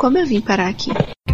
como eu vim parar aqui.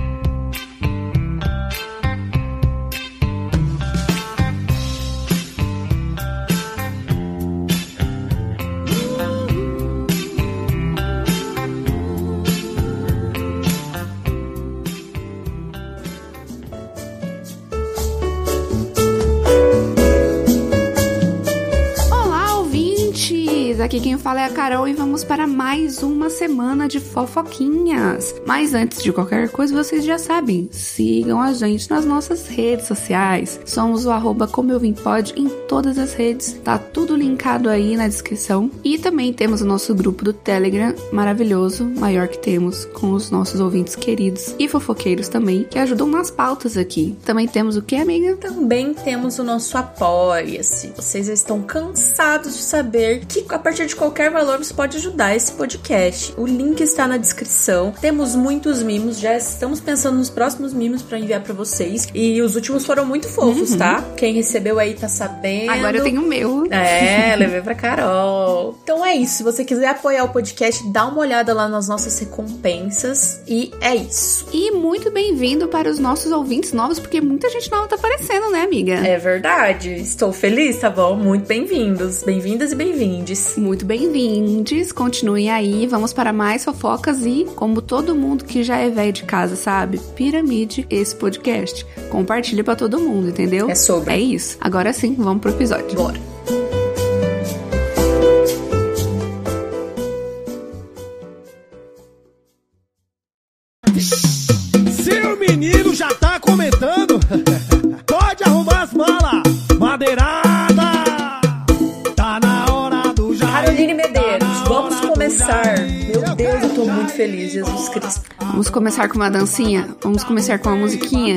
Aqui quem fala é a Carol e vamos para mais uma semana de fofoquinhas. Mas antes de qualquer coisa, vocês já sabem, sigam a gente nas nossas redes sociais. Somos o @comeeuvimpod em todas as redes, tá tudo linkado aí na descrição. E também temos o nosso grupo do Telegram, maravilhoso, maior que temos, com os nossos ouvintes queridos e fofoqueiros também, que ajudam nas pautas aqui. Também temos o que, amiga? Também temos o nosso Apoia-se. Vocês estão cansados de saber que a partir de qualquer valor você pode ajudar esse podcast. O link está na descrição. Temos muitos mimos, já estamos pensando nos próximos mimos pra enviar pra vocês. E os últimos foram muito fofos, tá? Quem recebeu aí tá sabendo. Agora eu tenho o meu. Levei pra Carol. Então é isso. Se você quiser apoiar o podcast, dá uma olhada lá nas nossas recompensas. E é isso. E muito bem-vindo para os nossos ouvintes novos, porque muita gente nova tá aparecendo, né, amiga? É verdade. Estou feliz, tá bom? Muito bem-vindos. Bem-vindas e bem-vindes. Muito bem-vindos, continuem aí, vamos para mais fofocas e, como todo mundo que já é velho de casa sabe, piramide esse podcast. Compartilha pra todo mundo, entendeu? É sobre. É isso. Agora sim, vamos pro episódio. Bora. Seu menino já tá comentando, pode arrumar as malas, madeirada. Caroline Medeiros, vamos começar. Meu Deus, eu tô muito feliz, Jesus Cristo. Vamos começar com uma dancinha? Vamos começar com uma musiquinha?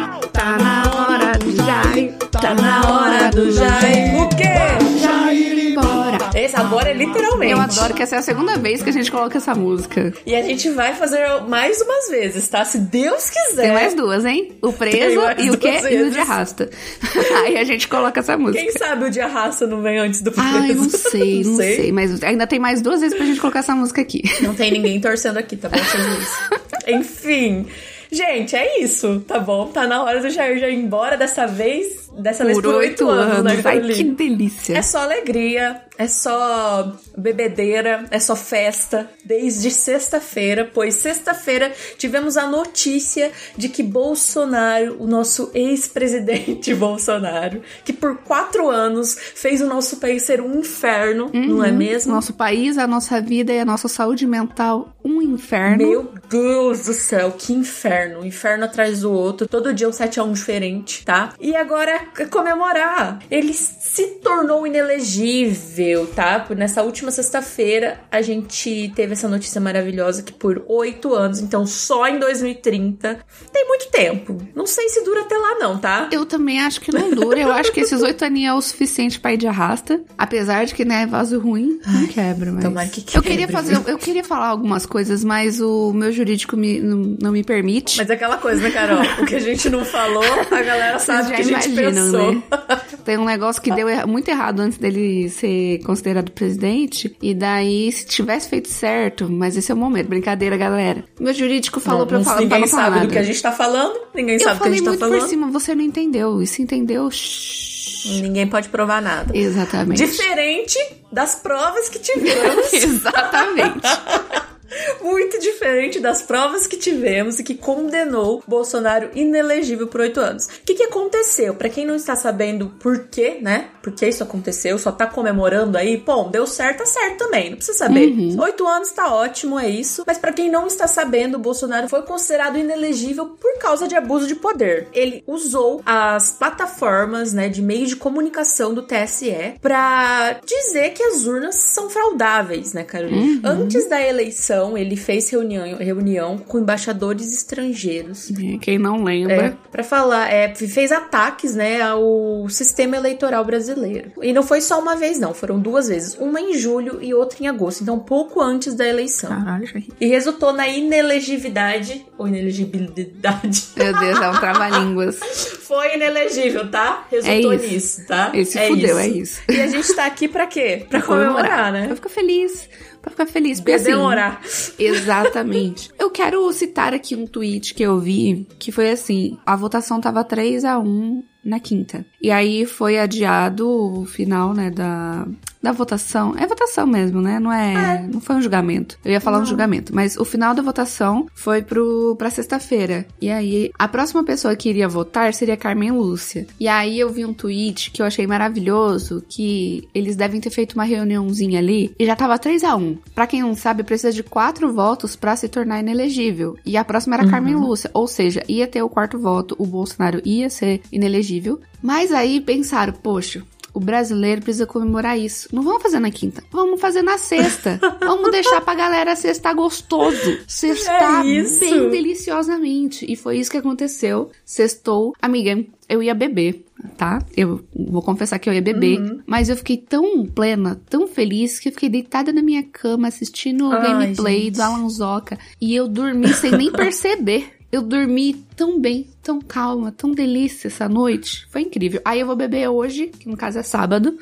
Tá na hora do Jair, tá na hora do Jair. O quê? Jair embora. Esse agora é literalmente. Eu adoro que essa é a segunda vez que a gente coloca essa música. E a gente vai fazer mais umas vezes, tá? Se Deus quiser. Tem mais duas, hein? O preso e o quê? E o de arrasta. Aí a gente coloca essa música. Quem sabe o de arrasta não vem antes do preso? Ai, não sei. Mas ainda tem mais duas vezes pra gente colocar essa música aqui. Não tem ninguém torcendo aqui, tá bom, isso. Enfim. Gente, é isso, tá bom? Tá na hora do Jair já ir embora dessa vez por 8 anos, né, Ai, que delícia. É só alegria, é só bebedeira, é só festa, desde sexta-feira, pois sexta-feira tivemos a notícia de que Bolsonaro, o nosso ex-presidente Bolsonaro, que por 4 anos fez o nosso país ser um inferno, não é mesmo? Nosso país, a nossa vida e a nossa saúde mental, um inferno. Meu Deus do céu, que inferno. Um inferno atrás do outro, todo dia um 7-1 diferente, tá? E agora, comemorar. Ele se tornou inelegível, tá? Nessa última sexta-feira, a gente teve essa notícia maravilhosa que por 8 anos, então só em 2030, tem muito tempo. Não sei se dura até lá não, tá? Eu também acho que não dura. Eu acho que esses 8 aninhos é o suficiente pra ir de arrasta. Apesar de que, né, vaso ruim não quebra, mas... Tomara que quebre. Eu queria falar algumas coisas, mas o meu jurídico não me permite. Mas é aquela coisa, né, Carol? O que a gente não falou, a galera sabe o que a gente pensou. Né? Tem um negócio que deu muito errado antes dele ser considerado presidente, e daí, se tivesse feito certo, mas esse é o momento, brincadeira, galera. Meu jurídico falou pra eu falar, ninguém não falar sabe nada. do que a gente tá falando, ninguém sabe do que a gente tá falando. Eu falei muito por cima, você não entendeu, e se entendeu, ninguém pode provar nada. Exatamente. Diferente das provas que tivemos. Exatamente. Muito diferente das provas que tivemos e que condenou Bolsonaro inelegível por 8 anos. O que aconteceu? Pra quem não está sabendo por quê, né? Por que isso aconteceu, só tá comemorando aí, pô, deu certo, tá certo também, não precisa saber. 8 anos tá ótimo, é isso. Mas pra quem não está sabendo, Bolsonaro foi considerado inelegível por causa de abuso de poder. Ele usou as plataformas, né, de meio de comunicação do TSE pra dizer que as urnas são fraudáveis, né, Carolina? Antes da eleição, ele fez reunião com embaixadores estrangeiros. Quem não lembra. Pra falar, fez ataques, né, ao sistema eleitoral brasileiro. E não foi só uma vez, não. Foram 2 vezes. Uma em julho e outra em agosto. Então, pouco antes da eleição. Caralho, já ri. E resultou na inelegibilidade. Ou inelegibilidade. Meu Deus, é um trava-línguas. Foi inelegível, tá? Resultou nisso, tá? Esse fudeu, é isso. E a gente tá aqui pra quê? Pra comemorar, né? Pra ficar feliz. Pra ficar feliz. Porque, demorar. Exatamente. Eu quero citar aqui um tweet que eu vi, que foi assim, a votação tava 3-1 na quinta. E aí foi adiado o final, né, da votação. É votação mesmo, né? Não foi um julgamento. Eu ia falar um julgamento, mas o final da votação foi pra sexta-feira. E aí, a próxima pessoa que iria votar seria Carmen Lúcia. E aí eu vi um tweet que eu achei maravilhoso, que eles devem ter feito uma reuniãozinha ali, e já tava 3-1. Pra quem não sabe, precisa de 4 votos pra se tornar inelegível. E a próxima era Carmen Lúcia. Ou seja, ia ter o 4º voto, o Bolsonaro ia ser inelegível. Mas aí pensaram, poxa, o brasileiro precisa comemorar isso. Não vamos fazer na quinta, vamos fazer na sexta. Vamos deixar pra galera sextar gostoso. Sextar bem deliciosamente. E foi isso que aconteceu. Sextou. Amiga, eu ia beber, tá? Eu vou confessar que eu ia beber. Mas eu fiquei tão plena, tão feliz, que eu fiquei deitada na minha cama assistindo o gameplay do Alan Zoca. E eu dormi sem nem perceber. Eu dormi tão bem, tão calma, tão delícia essa noite. Foi incrível. Aí eu vou beber hoje, que no caso é sábado.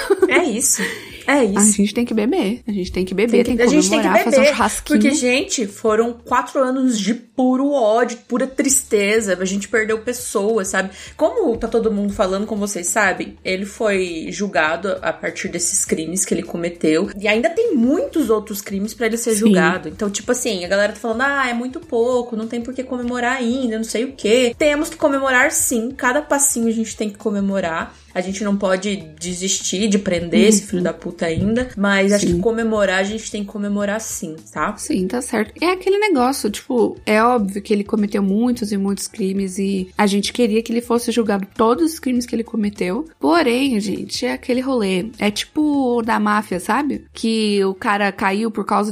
É isso. É isso. A gente tem que beber. A gente tem que beber, tem que comemorar, fazer um churrasquinho. Porque, gente, foram 4 anos de puro ódio, pura tristeza. A gente perdeu pessoas, sabe? Como tá todo mundo falando, como vocês sabem, ele foi julgado a partir desses crimes que ele cometeu. E ainda tem muitos outros crimes pra ele ser julgado. Então, tipo assim, a galera tá falando, é muito pouco, não tem por que comemorar ainda, não sei o quê. Temos que comemorar sim, cada passinho a gente tem que comemorar. A gente não pode desistir de prender esse filho da puta ainda, mas acho que comemorar, a gente tem que comemorar sim, tá? Sim, tá certo. É aquele negócio, tipo, é óbvio que ele cometeu muitos e muitos crimes e a gente queria que ele fosse julgado por todos os crimes que ele cometeu. Porém, gente, é aquele rolê. É tipo da máfia, sabe? Que o cara caiu por causa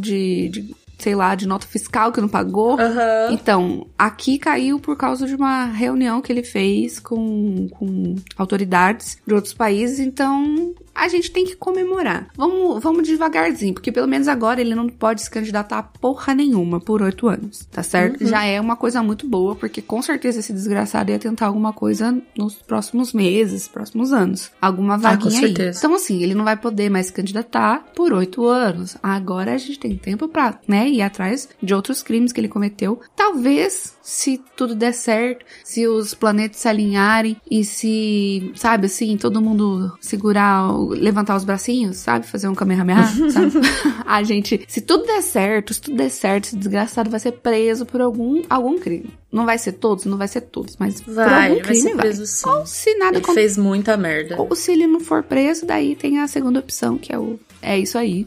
sei lá, de nota fiscal que não pagou. Então, aqui caiu por causa de uma reunião que ele fez com autoridades de outros países. Então, a gente tem que comemorar. Vamos devagarzinho, porque pelo menos agora ele não pode se candidatar a porra nenhuma por 8 anos, tá certo? Já é uma coisa muito boa, porque com certeza esse desgraçado ia tentar alguma coisa nos próximos meses, próximos anos. Alguma vaguinha aí. Então, assim, ele não vai poder mais se candidatar por 8 anos. Agora a gente tem tempo pra, né, ir atrás de outros crimes que ele cometeu. Talvez, se tudo der certo, se os planetas se alinharem e se, sabe, assim, todo mundo levantar os bracinhos, sabe? Fazer um Kamehameha, sabe? A gente, se tudo der certo, esse desgraçado vai ser preso por algum crime. Não vai ser todos, mas por algum crime vai. Sim. Ou se nada... Ele fez muita merda. Ou se ele não for preso, daí tem a segunda opção, que é o... É isso aí.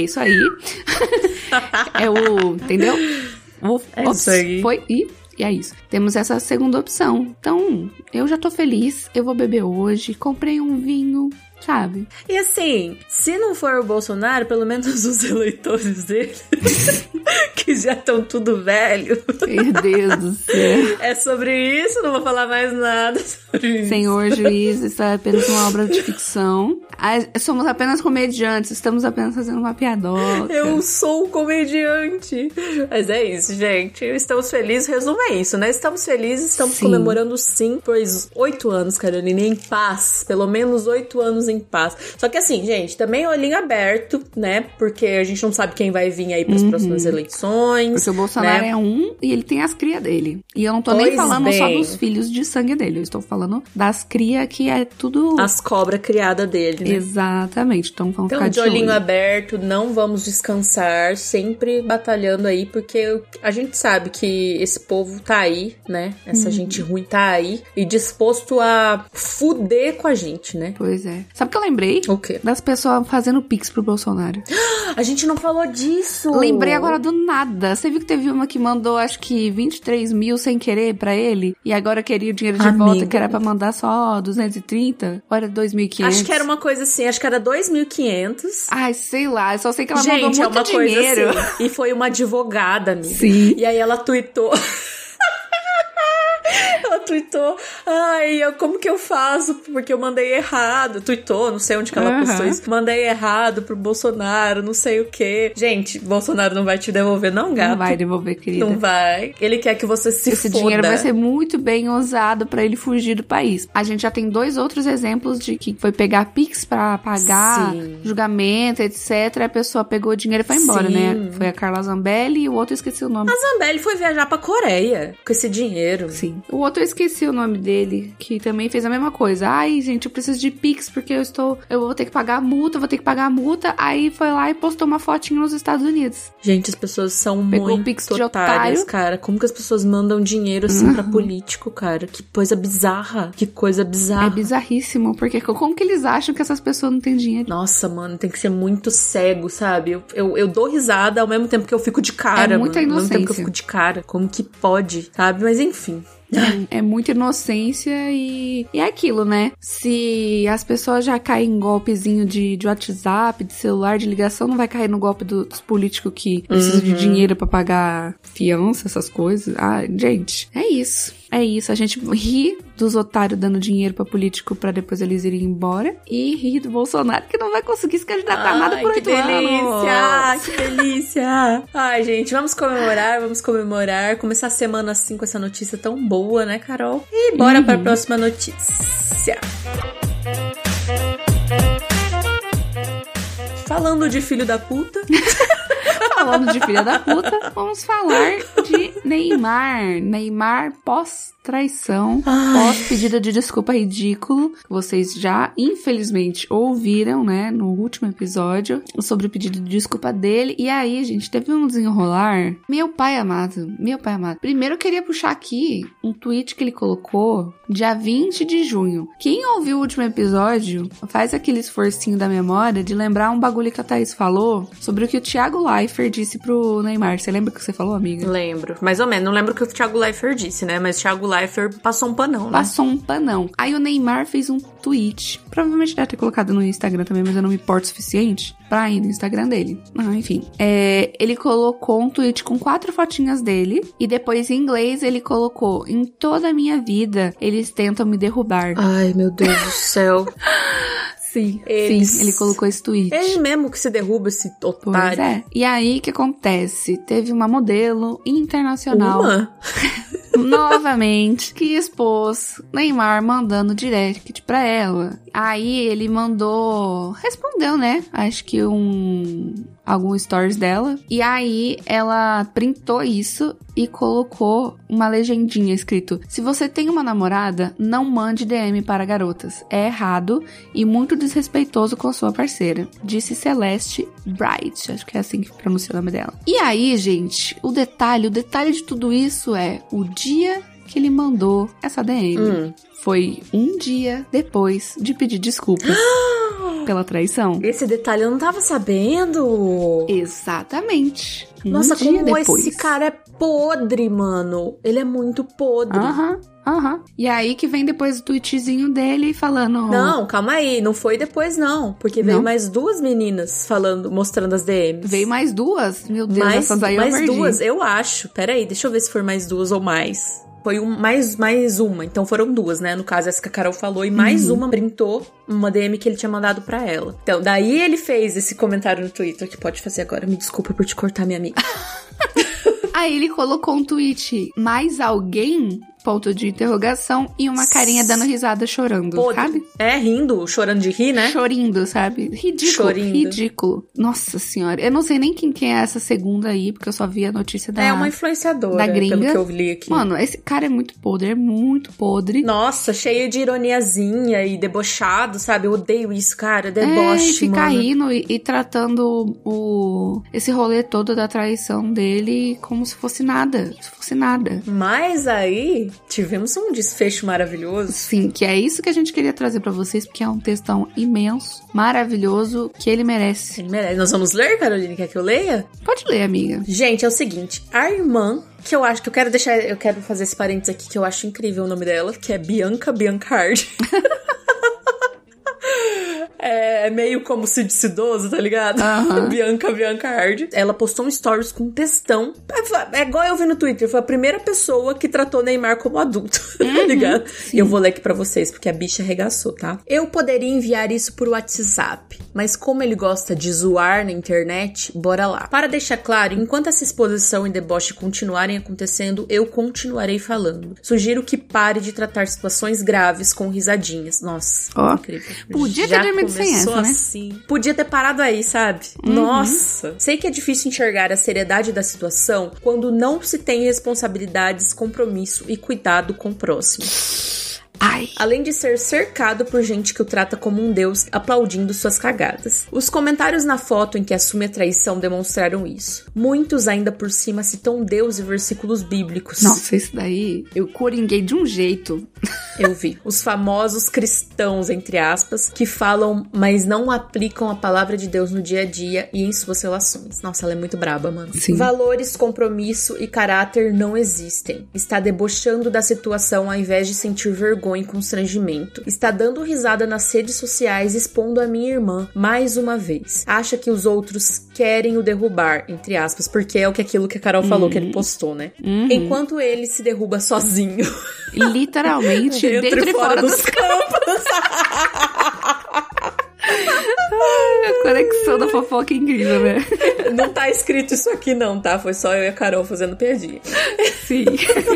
Entendeu? Isso aí. Foi e é isso. Temos essa segunda opção. Então, eu já tô feliz. Eu vou beber hoje. Comprei um vinho, sabe? E assim, se não for o Bolsonaro, pelo menos os eleitores dele, que já estão tudo velho. Meu Deus do céu. É sobre isso, não vou falar mais nada sobre isso. Senhor juiz, isso é apenas uma obra de ficção. Somos apenas comediantes, estamos apenas fazendo uma piadoca. Eu sou um comediante. Mas é isso, gente. Estamos felizes, resumo é isso, né? Estamos felizes, estamos comemorando sim, pois 8 anos, Carolina, em paz. Pelo menos 8 anos em paz. Só que assim, gente, também olhinho aberto, né? Porque a gente não sabe quem vai vir aí pras próximas eleições. Porque o Bolsonaro é um e ele tem as crias dele. E eu não tô nem falando só dos filhos de sangue dele. Eu estou falando das crias que é tudo... As cobras criadas dele, né? Exatamente. Então vamos ficar de olhinho aberto, não vamos descansar, sempre batalhando aí, porque a gente sabe que esse povo tá aí, né? Essa gente ruim tá aí e disposto a fuder com a gente, né? Pois é. Sabe o que eu lembrei? O quê? Das pessoas fazendo pix pro Bolsonaro. A gente não falou disso! Lembrei agora do nada. Você viu que teve uma que mandou, acho que 23 mil sem querer pra ele? E agora queria o dinheiro de volta, que era pra mandar só 230? Ou era 2.500? Acho que era uma coisa assim, acho que era 2.500. Ai, sei lá, eu só sei que ela mandou muito uma dinheiro. Coisa assim. E foi uma advogada, amiga. Sim. E aí ela tuitou... tweetou, como que eu faço? Porque eu mandei errado. Tweetou, não sei onde que ela postou isso. Mandei errado pro Bolsonaro, não sei o quê. Gente, Bolsonaro não vai te devolver, não, gato. Não vai devolver, querida. Não vai. Ele quer que você se Esse foda. dinheiro vai ser muito bem usado pra ele fugir do país. A gente já tem 2 outros exemplos de que foi pegar Pix pra pagar julgamento, etc. A pessoa pegou o dinheiro e foi embora, né? Foi a Carla Zambelli e o outro eu esqueci o nome. A Zambelli foi viajar pra Coreia com esse dinheiro. Sim. O outro eu esqueci o nome dele, que também fez a mesma coisa. Ai, gente, eu preciso de Pix porque eu vou ter que pagar a multa, Aí foi lá e postou uma fotinha nos Estados Unidos. Gente, as pessoas são Pegou muito o Pix de otárias, otário. cara. Como que as pessoas mandam dinheiro assim pra político, cara? Que coisa bizarra. É bizarríssimo, porque como que eles acham que essas pessoas não têm dinheiro? Nossa, mano, tem que ser muito cego, sabe? Eu dou risada ao mesmo tempo que eu fico de cara. É muita mano. Ao mesmo tempo inocência. que eu fico de cara. Como que pode, sabe? Mas enfim. É muita inocência e é aquilo, né? Se as pessoas já caem em golpezinho de WhatsApp, de celular, de ligação, não vai cair no golpe dos políticos que precisam de dinheiro pra pagar fiança, essas coisas. Ah, gente, é isso. É isso, a gente ri dos otários dando dinheiro pra político pra depois eles irem embora e ri do Bolsonaro que não vai conseguir se candidatar a nada por 8 anos. Que delícia! Ai, gente, vamos comemorar. Começar a semana assim com essa notícia tão boa, né, Carol? E bora pra próxima notícia. Falando de filho da puta... Falando de filha da puta, vamos falar de Neymar. Neymar pós-traição, pós-pedido de desculpa ridículo. Vocês já, infelizmente, ouviram, né, no último episódio, sobre o pedido de desculpa dele. E aí, gente, teve um desenrolar. Meu pai amado. Primeiro eu queria puxar aqui um tweet que ele colocou dia 20 de junho. Quem ouviu o último episódio, faz aquele esforcinho da memória de lembrar um bagulho que a Thaís falou sobre o que o Thiago Leifert disse pro Neymar. Você lembra o que você falou, amiga? Lembro. Mais ou menos. Não lembro o que o Thiago Leifert disse, né? Mas o Thiago Leifert passou um panão, né? Passou um panão. Aí o Neymar fez um tweet. Provavelmente deve ter colocado no Instagram também, mas eu não me importo o suficiente pra ir no Instagram dele. Enfim. Ele colocou um tweet com 4 fotinhas dele. E depois, em inglês, ele colocou: em toda a minha vida, eles tentam me derrubar. Ai, meu Deus do céu. Sim, ele colocou esse tweet. Ele mesmo que se derruba, esse otário. Pois é. E aí, o que acontece? Teve uma modelo internacional... novamente, que expôs Neymar mandando direct pra ela. Aí ele respondeu, né? Acho que algum stories dela. E aí ela printou isso e colocou uma legendinha escrito: se você tem uma namorada, não mande DM para garotas. É errado e muito desrespeitoso com a sua parceira. Disse Celeste Bright. Acho que é assim que pronuncia o nome dela. E aí, gente, o detalhe de tudo isso é o dia que ele mandou essa DM. Foi um dia depois de pedir desculpas pela traição. Esse detalhe eu não tava sabendo. Exatamente. Nossa, como depois. Esse cara é podre, mano. Ele é muito podre. E aí que vem depois o tweetzinho dele falando... Não, calma aí. Não foi depois, não. Porque veio mais 2 meninas mostrando as DMs. Veio mais 2? Meu Deus, essas aí eu perdi. Mais 2, eu acho. Pera aí, deixa eu ver se for mais 2 ou mais. Foi mais uma, então foram 2, né? No caso, essa que a Carol falou, e mais uma printou uma DM que ele tinha mandado pra ela. Então, daí ele fez esse comentário no Twitter, que pode fazer agora. Me desculpa por te cortar, minha amiga. Aí ele colocou um tweet: mais alguém? Ponto de interrogação e uma carinha dando risada chorando, sabe? Rindo, chorando de rir, né? Chorindo, sabe? Ridículo. Nossa senhora. Eu não sei nem quem é essa segunda aí, porque eu só vi a notícia da... É uma influenciadora, da gringa. pelo que eu li aqui. Mano, esse cara é muito podre. Nossa, cheio de ironiazinha e debochado, sabe? Eu odeio isso, cara. Deboche, e ficar mano. rindo e tratando esse rolê todo da traição dele como se fosse nada. Mas aí... tivemos um desfecho maravilhoso. Sim, que é isso que a gente queria trazer pra vocês, porque é um textão imenso, maravilhoso, que ele merece. Ele merece. Nós vamos ler, Caroline? Quer que eu leia? Pode ler, amiga. Gente, é o seguinte, a irmã, que eu acho que eu quero fazer esse parênteses aqui, que eu acho incrível o nome dela, que é Bianca Biancardi. É meio como Cid Cidoso, tá ligado? Bianca Hard. Ela postou um stories com um textão. É igual eu vi no Twitter. Foi a primeira pessoa que tratou Neymar como adulto, tá ligado? Sim. E eu vou ler aqui pra vocês, porque a bicha arregaçou, tá? Eu poderia enviar isso por WhatsApp, mas como ele gosta de zoar na internet, bora lá. Para deixar claro, enquanto essa exposição e deboche continuarem acontecendo, eu continuarei falando. Sugiro que pare de tratar situações graves com risadinhas. Nossa, incrível. Podia ter dormido sem essa, né? Assim. Podia ter parado aí, sabe? Nossa. Sei que é difícil enxergar a seriedade da situação quando não se tem responsabilidades, compromisso e cuidado com o próximo. Ai. Além de ser cercado por gente que o trata como um deus, aplaudindo suas cagadas. Os comentários na foto em que assume a traição demonstraram isso. Muitos ainda por cima citam Deus e versículos bíblicos. Nossa, isso daí eu coringuei de um jeito. Eu vi. Os famosos cristãos, entre aspas, que falam, mas não aplicam a palavra de Deus no dia a dia e em suas relações. Nossa, ela é muito braba, mano. Sim. Valores, compromisso e caráter não existem. Está debochando da situação ao invés de sentir vergonha e constrangimento. Está dando risada nas redes sociais expondo a minha irmã mais uma vez. Acha que os outros querem o derrubar, entre aspas, porque é aquilo que a Carol falou, que ele postou, né? Enquanto ele se derruba sozinho. Literalmente, dentro e fora dos campos. A conexão da fofoca é incrível, né? Não tá escrito isso aqui não, tá? Foi só eu e a Carol fazendo piadinha. Sim.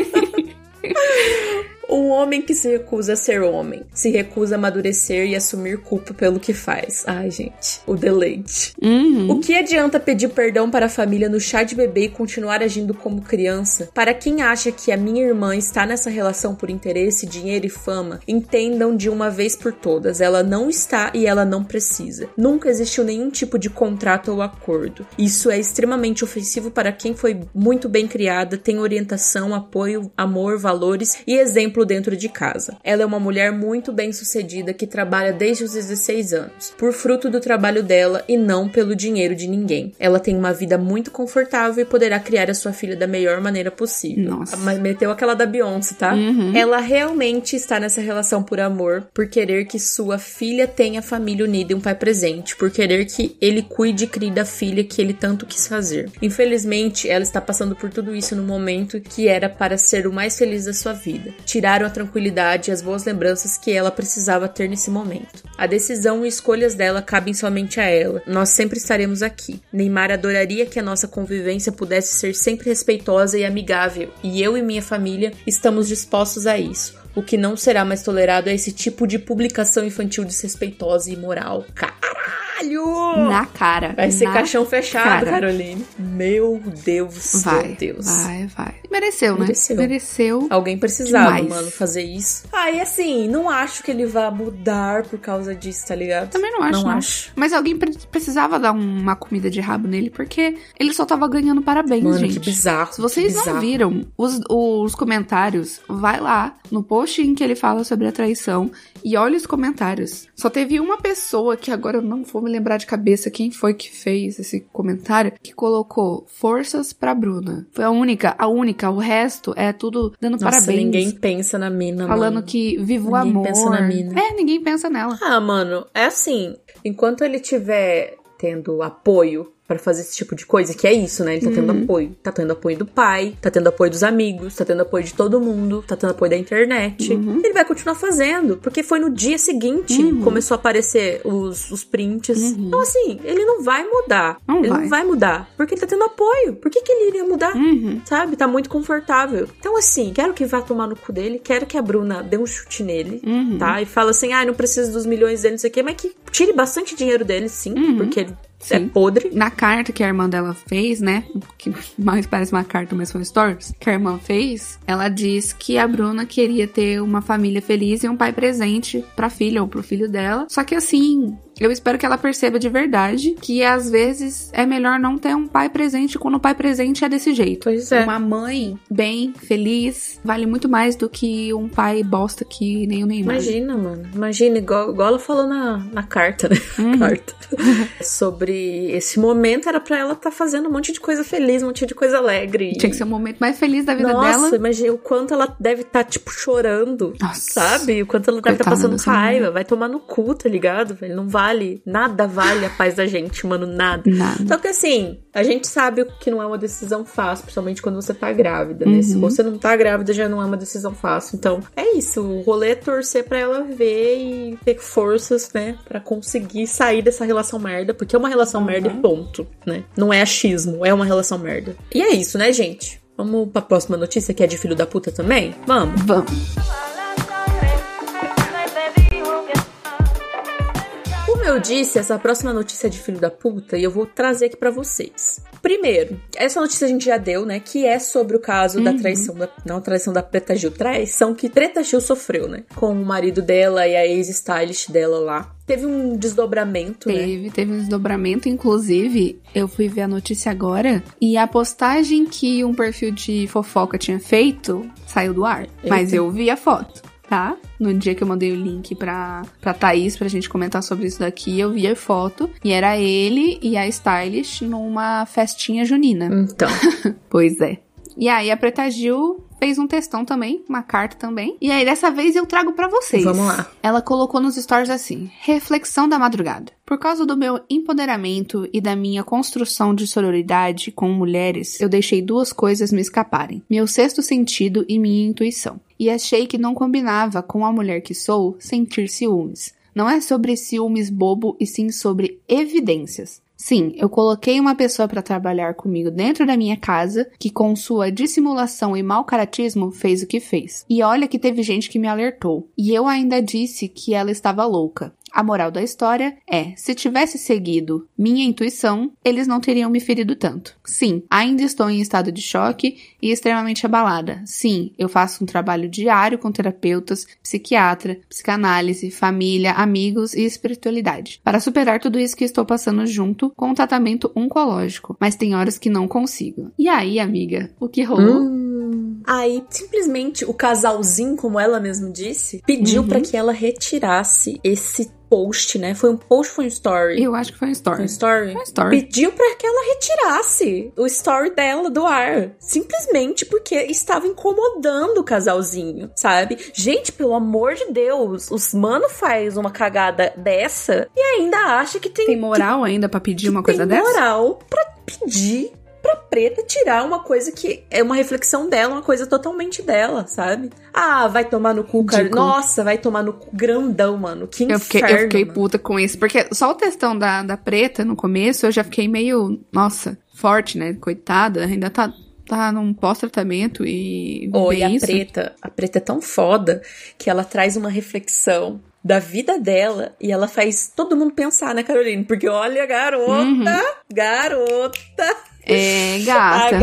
Um homem que se recusa a ser homem, se recusa a amadurecer e assumir culpa pelo que faz. Ai, gente, o deleite. O que adianta pedir perdão para a família no chá de bebê e continuar agindo como criança? Para quem acha que a minha irmã está nessa relação por interesse, dinheiro e fama, entendam de uma vez por todas, ela não está e ela não precisa. Nunca existiu nenhum tipo de contrato ou acordo. Isso é extremamente ofensivo para quem foi muito bem criada, tem orientação, apoio, amor, valores e exemplo dentro de casa. Ela é uma mulher muito bem sucedida que trabalha desde os 16 anos, por fruto do trabalho dela e não pelo dinheiro de ninguém. Ela tem uma vida muito confortável e poderá criar a sua filha da melhor maneira possível. Nossa. Mas meteu aquela da Beyoncé, tá? Ela realmente está nessa relação por amor, por querer que sua filha tenha família unida e um pai presente, por querer que ele cuide e crie da filha que ele tanto quis fazer. Infelizmente, ela está passando por tudo isso no momento que era para ser o mais feliz da sua vida. Tiraram a tranquilidade e as boas lembranças que ela precisava ter nesse momento. A decisão e escolhas dela cabem somente a ela. Nós sempre estaremos aqui. Neymar adoraria que a nossa convivência pudesse ser sempre respeitosa e amigável, e eu e minha família estamos dispostos a isso. O que não será mais tolerado é esse tipo de publicação infantil desrespeitosa e imoral. Caralho! Na cara. Vai ser caixão fechado, cara. Caroline. Meu Deus, vai, meu Deus. Vai. Mereceu, né? Mereceu. Alguém precisava, demais. Mano, fazer isso. E assim, não acho que ele vá mudar por causa disso, tá ligado? Também não acho, não. Acho. Mas alguém precisava dar uma comida de rabo nele, porque ele só tava ganhando parabéns, mano, gente. Que bizarro. Se vocês não viram os comentários, vai lá no post em que ele fala sobre a traição e olha os comentários. Só teve uma pessoa que agora eu não vou me lembrar de cabeça quem foi que fez esse comentário, que colocou forças pra Bruna. Foi a única. O resto é tudo dando parabéns. Ninguém pensa na mina, falando mano. Que viva o amor. Ninguém pensa na mina. Ninguém pensa nela. Mano, é assim, enquanto ele tiver tendo apoio pra fazer esse tipo de coisa, que é isso, né? Ele tá tendo apoio. Tá tendo apoio do pai, tá tendo apoio dos amigos, tá tendo apoio de todo mundo, tá tendo apoio da internet. Ele vai continuar fazendo, porque foi no dia seguinte começou a aparecer os prints. Então, assim, ele não vai mudar. Não vai mudar, porque ele tá tendo apoio. Por que ele iria mudar? Sabe? Tá muito confortável. Então, assim, quero que vá tomar no cu dele, quero que a Bruna dê um chute nele, tá? E fala assim, não preciso dos milhões dele, não sei o quê, mas que tire bastante dinheiro dele, sim, porque ele é podre. Na carta que a irmã dela fez, né? Que mais parece uma carta, mas foi stories. Que a irmã fez, ela diz que a Bruna queria ter uma família feliz e um pai presente pra filha ou pro filho dela. Só que assim, eu espero que ela perceba de verdade que às vezes é melhor não ter um pai presente quando o pai presente é desse jeito. Pois é. Uma mãe bem, feliz, vale muito mais do que um pai bosta que nem o Neymar. Imagina, mano. Imagina, igual ela falou na carta, né? Carta. Sobre esse momento era pra ela estar fazendo um monte de coisa feliz, um monte de coisa alegre. Tinha que ser o momento mais feliz da vida dela. Nossa, imagina o quanto ela deve estar, chorando. Nossa. Sabe? O quanto ela deve estar passando raiva. Vai tomar no cu, tá ligado? Ele não vai vale a paz da gente, mano, nada. Só que assim, a gente sabe que não é uma decisão fácil, principalmente quando você tá grávida, né? Se você não tá grávida, já não é uma decisão fácil. Então, é isso. O rolê é torcer pra ela ver e ter forças, né? Pra conseguir sair dessa relação merda. Porque é uma relação merda e ponto, né? Não é achismo, é uma relação merda. E é isso, né, gente? Vamos pra próxima notícia, que é de filho da puta também? Vamos. Como eu disse, essa próxima notícia é de filho da puta e eu vou trazer aqui pra vocês. Primeiro, essa notícia a gente já deu, né? Que é sobre o caso da traição, não traição da Preta Gil, traição que Preta Gil sofreu, né? Com o marido dela e a ex-stylist dela lá. Teve um desdobramento, né? Teve um desdobramento, inclusive, eu fui ver a notícia agora, e a postagem que um perfil de fofoca tinha feito saiu do ar. Mas eu vi a foto, tá? No dia que eu mandei o link pra Thaís pra gente comentar sobre isso daqui, eu vi a foto, e era ele e a stylist numa festinha junina. Então. Pois é. E aí a Preta Gil fez um textão também, uma carta também. E aí dessa vez eu trago pra vocês. Vamos lá. Ela colocou nos stories assim: reflexão da madrugada. Por causa do meu empoderamento e da minha construção de sororidade com mulheres, eu deixei duas coisas me escaparem: meu sexto sentido e minha intuição. E achei que não combinava com a mulher que sou sentir ciúmes. Não é sobre ciúmes bobo, e sim sobre evidências. Sim, eu coloquei uma pessoa pra trabalhar comigo dentro da minha casa, que com sua dissimulação e mau caratismo fez o que fez. E olha que teve gente que me alertou. E eu ainda disse que ela estava louca. A moral da história é, se tivesse seguido minha intuição, eles não teriam me ferido tanto. Sim, ainda estou em estado de choque e extremamente abalada. Sim, eu faço um trabalho diário com terapeutas, psiquiatra, psicanálise, família, amigos e espiritualidade, para superar tudo isso que estou passando junto com um tratamento oncológico, mas tem horas que não consigo. E aí, amiga, o que rolou? Aí, simplesmente, o casalzinho, como ela mesmo disse, pediu pra que ela retirasse esse post, né? Foi um post, foi um story? Eu acho que foi um story. Foi um story? Foi um story. Pediu pra que ela retirasse o story dela do ar. Simplesmente porque estava incomodando o casalzinho, sabe? Gente, pelo amor de Deus, os mano faz uma cagada dessa e ainda acha que tem moral ainda pra pedir uma coisa dessa? Tem moral pra pedir pra Preta tirar uma coisa que é uma reflexão dela, uma coisa totalmente dela, sabe? Ah, vai tomar no cu, cara. Nossa, vai tomar no cu grandão, mano. Que inferno. Eu fiquei puta com isso, porque só o textão da Preta no começo, eu já fiquei meio, nossa, forte, né? Coitada, ainda tá num pós-tratamento e... E a Preta é tão foda que ela traz uma reflexão da vida dela e ela faz todo mundo pensar, né, Caroline? Porque olha, garota... É, gata.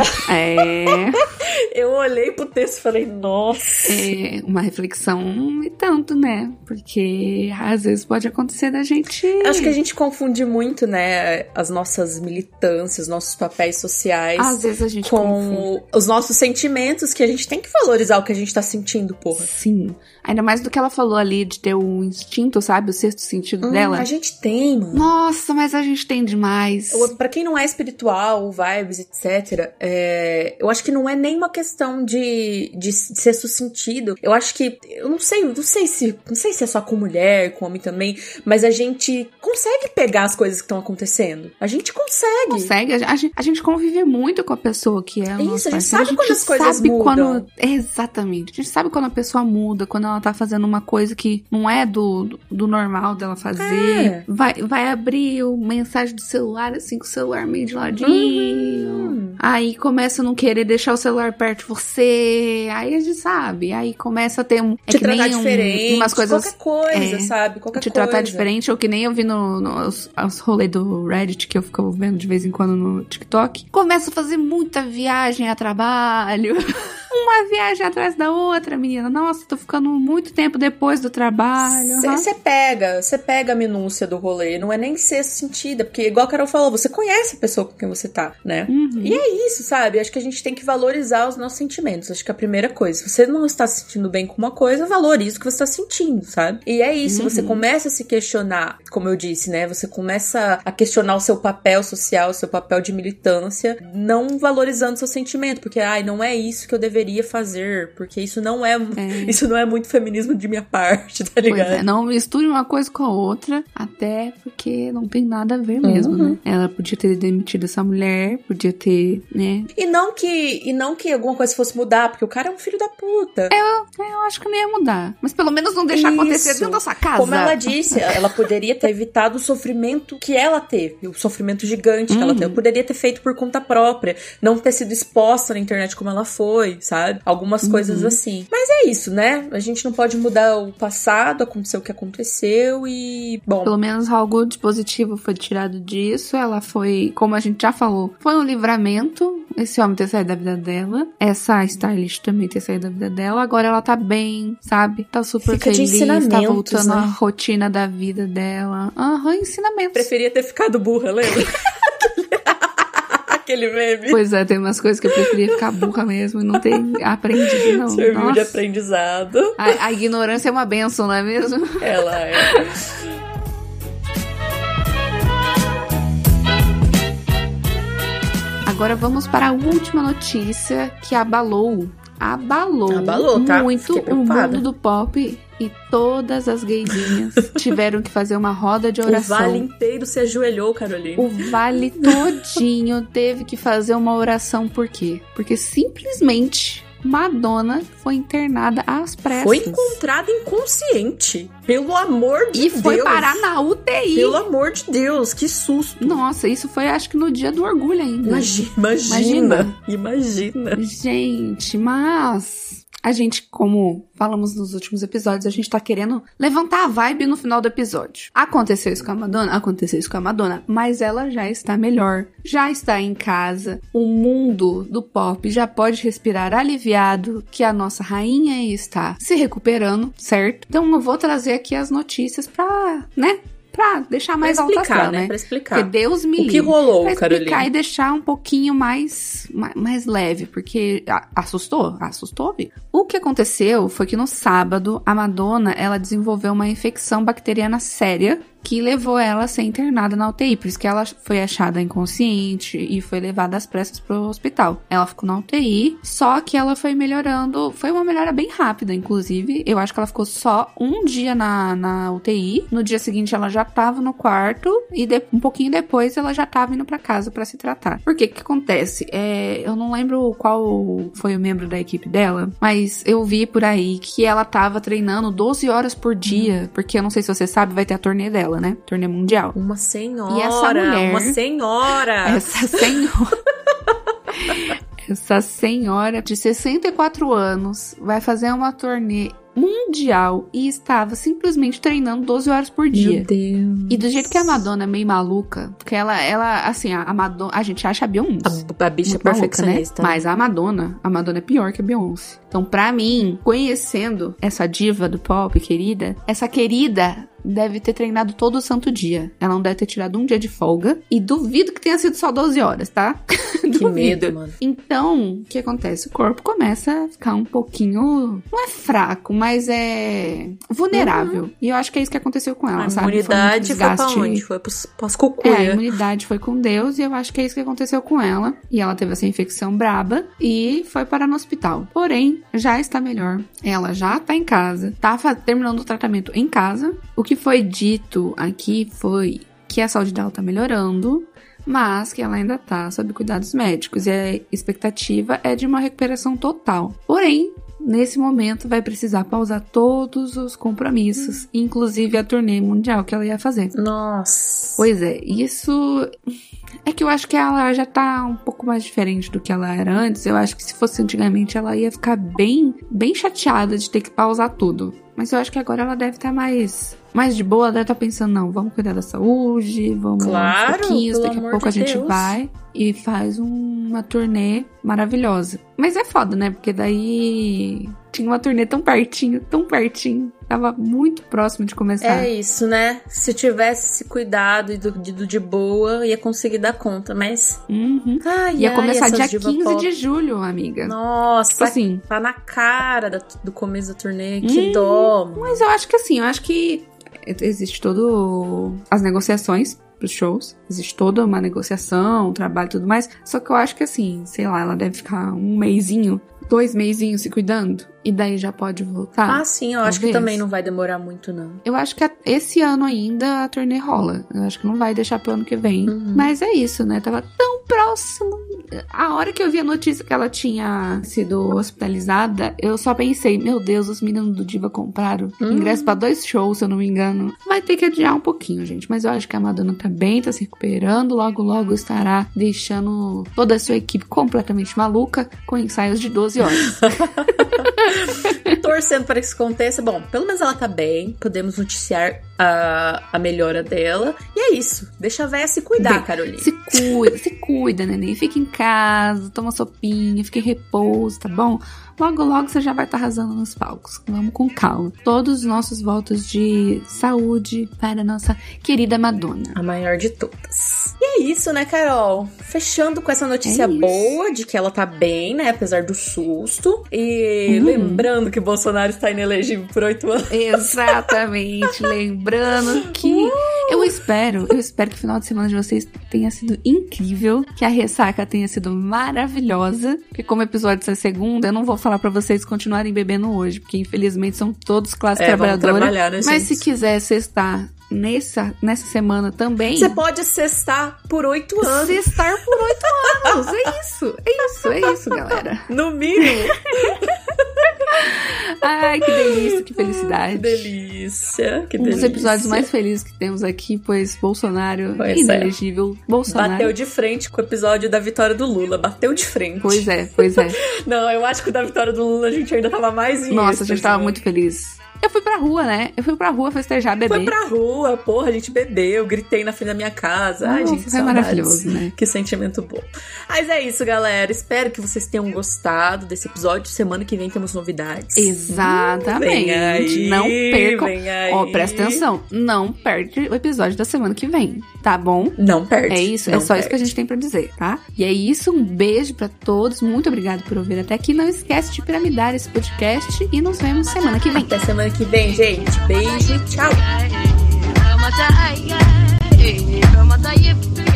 Eu olhei pro texto e falei, nossa. É uma reflexão e tanto, né? Porque às vezes pode acontecer da gente... Acho que a gente confunde muito, né? As nossas militâncias, nossos papéis sociais. Às vezes a gente com os nossos sentimentos, que a gente tem que valorizar o que a gente tá sentindo, porra. Sim. Ainda mais do que ela falou ali, de ter o instinto, sabe? O sexto sentido dela. A gente tem, mano. Nossa, mas a gente tem demais. Pra quem não é espiritual, vibes, etc., eu acho que não é nem uma questão de sexto sentido. Eu acho que, eu não sei se é só com mulher, com homem também, mas a gente consegue pegar as coisas que estão acontecendo. A gente consegue. Consegue. A gente convive muito com a pessoa que é a nossa. A gente sabe quando as coisas mudam. Exatamente. A gente sabe quando a pessoa muda, quando ela tá fazendo uma coisa que não é do normal dela fazer. Vai abrir o mensagem do celular, assim, com o celular meio de ladinho. Aí começa a não querer deixar o celular perto de você. Aí a gente sabe. Aí começa a ter te tratar diferente, umas coisas, qualquer coisa, sabe? Qualquer te coisa. Tratar diferente, ou que nem eu vi nos rolês do Reddit, que eu fico vendo de vez em quando no TikTok. Começa a fazer muita viagem a trabalho. Uma viagem atrás da outra, menina. Nossa, tô ficando muito tempo depois do trabalho. Você pega a minúcia do rolê. Não é nem sexto sentido, porque igual a Carol falou, você conhece a pessoa com quem você tá, né? E é isso, sabe? Acho que a gente tem que valorizar os nossos sentimentos. Acho que a primeira coisa, se você não está se sentindo bem com uma coisa, valorize o que você está sentindo, sabe? E é isso, você começa a se questionar, como eu disse, né? Você começa a questionar o seu papel social, o seu papel de militância, não valorizando o seu sentimento, porque, não é isso que eu deveria poderia fazer, porque isso não é muito feminismo de minha parte, tá ligado? Pois é, não misture uma coisa com a outra, até porque não tem nada a ver mesmo, né? Ela podia ter demitido essa mulher, podia ter, né? E não que alguma coisa fosse mudar, porque o cara é um filho da puta. Eu acho que não ia mudar. Mas pelo menos não deixar acontecer dentro da sua casa. Como ela disse, ela poderia ter evitado o sofrimento que ela teve, o sofrimento gigante que ela teve. Poderia ter feito por conta própria, não ter sido exposta na internet como ela foi, sabe? Algumas coisas assim. Mas é isso, né? A gente não pode mudar o passado, aconteceu o que aconteceu e... Bom... Pelo menos algo de positivo foi tirado disso. Ela foi, como a gente já falou, foi um livramento. Esse homem ter saído da vida dela. Essa stylist também ter saído da vida dela. Agora ela tá bem, sabe? Tá super Fica feliz. de ensinamentos, tá voltando né? à rotina da vida dela. Ensinamentos. Preferia ter ficado burra, lembra? Aquele meme. Pois é, tem umas coisas que eu preferia ficar burra mesmo e não ter aprendido, não. Serviu de aprendizado. A ignorância é uma bênção, não é mesmo? Ela é. Agora vamos para a última notícia que abalou tá? Muito o mundo do pop e todas as gaysinhas tiveram que fazer uma roda de oração. O vale inteiro se ajoelhou, Carolina. O vale todinho teve que fazer uma oração. Por quê? Porque simplesmente Madonna foi internada às pressas. Foi encontrada inconsciente. Pelo amor de Deus. E foi parar na UTI. Pelo amor de Deus, que susto. Nossa, isso foi acho que no dia do orgulho ainda. Imagina. Gente, mas... A gente, como falamos nos últimos episódios, a gente tá querendo levantar a vibe no final do episódio. Aconteceu isso com a Madonna? Aconteceu isso com a Madonna. Mas ela já está melhor. Já está em casa. O mundo do pop já pode respirar aliviado que a nossa rainha está se recuperando, certo? Então eu vou trazer aqui as notícias pra, né? Pra deixar mais alto astral, né? Pra explicar. Porque Deus me livre. O que rolou, pra explicar, Carolina? E deixar um pouquinho mais leve, porque assustou, viu? O que aconteceu foi que no sábado, a Madonna, ela desenvolveu uma infecção bacteriana séria que levou ela a ser internada na UTI. Por isso que ela foi achada inconsciente e foi levada às pressas pro hospital. Ela ficou na UTI, só que ela foi melhorando. Foi uma melhora bem rápida, inclusive. Eu acho que ela ficou só um dia na UTI. No dia seguinte, ela já tava no quarto e um pouquinho depois, ela já tava indo pra casa pra se tratar. Por quê? O que acontece? Eu não lembro qual foi o membro da equipe dela, mas eu vi por aí que ela tava treinando 12 horas por dia, porque eu não sei se você sabe, vai ter a turnê dela, né? Turnê mundial. Uma senhora. E essa mulher... Essa senhora de 64 anos vai fazer uma turnê mundial e estava simplesmente treinando 12 horas por dia. Meu Deus. E do jeito que a Madonna é meio maluca, porque ela assim, a Madonna, a gente acha a Beyoncé. A bicha é perfeccionista. Né? Mas a Madonna é pior que a Beyoncé. Então, pra mim, conhecendo essa diva do pop querida, essa querida deve ter treinado todo o santo dia. Ela não deve ter tirado um dia de folga. E duvido que tenha sido só 12 horas, tá? Que medo, mano. Então, o que acontece? O corpo começa a ficar um pouquinho... Não é fraco, mas é vulnerável. E eu acho que é isso que aconteceu com ela, sabe? A imunidade foi pra onde? Foi pros cucuia. A imunidade foi com Deus e eu acho que é isso que aconteceu com ela. E ela teve essa infecção braba e foi parar no hospital. Porém, já está melhor. Ela já tá em casa. Tá terminando o tratamento em casa. O que foi dito aqui foi que a saúde dela tá melhorando, mas que ela ainda tá sob cuidados médicos e a expectativa é de uma recuperação total. Porém, nesse momento vai precisar pausar todos os compromissos, inclusive a turnê mundial que ela ia fazer. Nossa! Pois é, isso... É que eu acho que ela já tá um pouco mais diferente do que ela era antes. Eu acho que se fosse antigamente ela ia ficar bem chateada de ter que pausar tudo. Mas eu acho que agora ela deve estar mais de boa, ela deve estar pensando, não, vamos cuidar da saúde, vamos aos pouquinhos, daqui a pouco a gente vai e faz uma turnê maravilhosa. Mas é foda, né? Porque daí tinha uma turnê tão pertinho, tava muito próximo de começar. É isso, né? Se tivesse se cuidado e de boa, ia conseguir dar conta, mas... Ia começar dia 15 de julho, amiga. Nossa, tipo assim, tá na cara do começo da turnê, que dó. Mas eu acho que existe as negociações pros shows, existe toda uma negociação, trabalho e tudo mais, só que eu acho que assim, sei lá, ela deve ficar um mesinho 2 mesinhos se cuidando, e daí já pode voltar. Ah, sim, eu acho que também não vai demorar muito, não. Eu acho que esse ano ainda a turnê rola. Eu acho que não vai deixar pro ano que vem. Mas é isso, né? Tava tão próximo. A hora que eu vi a notícia que ela tinha sido hospitalizada, eu só pensei, meu Deus, os meninos do Diva compraram ingresso pra 2 shows, se eu não me engano. Vai ter que adiar um pouquinho, gente. Mas eu acho que a Madonna tá bem, tá se recuperando. Logo, logo estará deixando toda a sua equipe completamente maluca com ensaios de 12 horas. Torcendo para que isso aconteça. Bom, pelo menos ela tá bem. Podemos noticiar a melhora dela. E é isso. Deixa a véia se cuidar, Caroline. Se cuida, neném. Fica em casa, toma sopinha, fica em repouso, tá bom? Logo, logo você já vai estar arrasando nos palcos. Vamos com calma. Todos os nossos votos de saúde para a nossa querida Madonna. A maior de todas. E é isso, né, Carol? Fechando com essa notícia boa de que ela tá bem, né? Apesar do susto. E lembrando que Bolsonaro está inelegível por 8 anos. Exatamente. Lembrando que eu espero que o final de semana de vocês tenha sido incrível. Que a ressaca tenha sido maravilhosa. Porque como o episódio é segunda, eu não vou falar pra vocês continuarem bebendo hoje, porque infelizmente são todos classe trabalhadora. Né, mas se quiser sextar nessa semana também, você pode sextar por 8 anos. Sextar por 8 anos. É isso, galera. No mínimo. Ai, que delícia, que felicidade. Que delícia. Um dos episódios mais felizes que temos aqui, pois Bolsonaro inelegível. Bolsonaro bateu de frente com o episódio da vitória do Lula. Bateu de frente. Pois é. Não, eu acho que o da vitória do Lula a gente ainda tava mais em Nossa, a gente tava muito feliz. Eu fui pra rua, né? Eu fui pra rua festejar, beber. Foi pra rua, porra, a gente bebeu, gritei na frente da minha casa. Ai, gente, foi maravilhoso, né? Que sentimento bom. Mas é isso, galera. Espero que vocês tenham gostado desse episódio. Semana que vem temos novidades. Exatamente. Vem aí, não percam. Vem aí. Ó, presta atenção. Não perde o episódio da semana que vem, tá bom? Não perde. É isso, não é só perde. isso que a gente tem pra dizer, tá? E é isso, um beijo pra todos. Muito obrigado por ouvir até aqui. Não esquece de piramidar esse podcast e nos vemos semana que vem. Até semana que vem, gente. Beijo e tchau.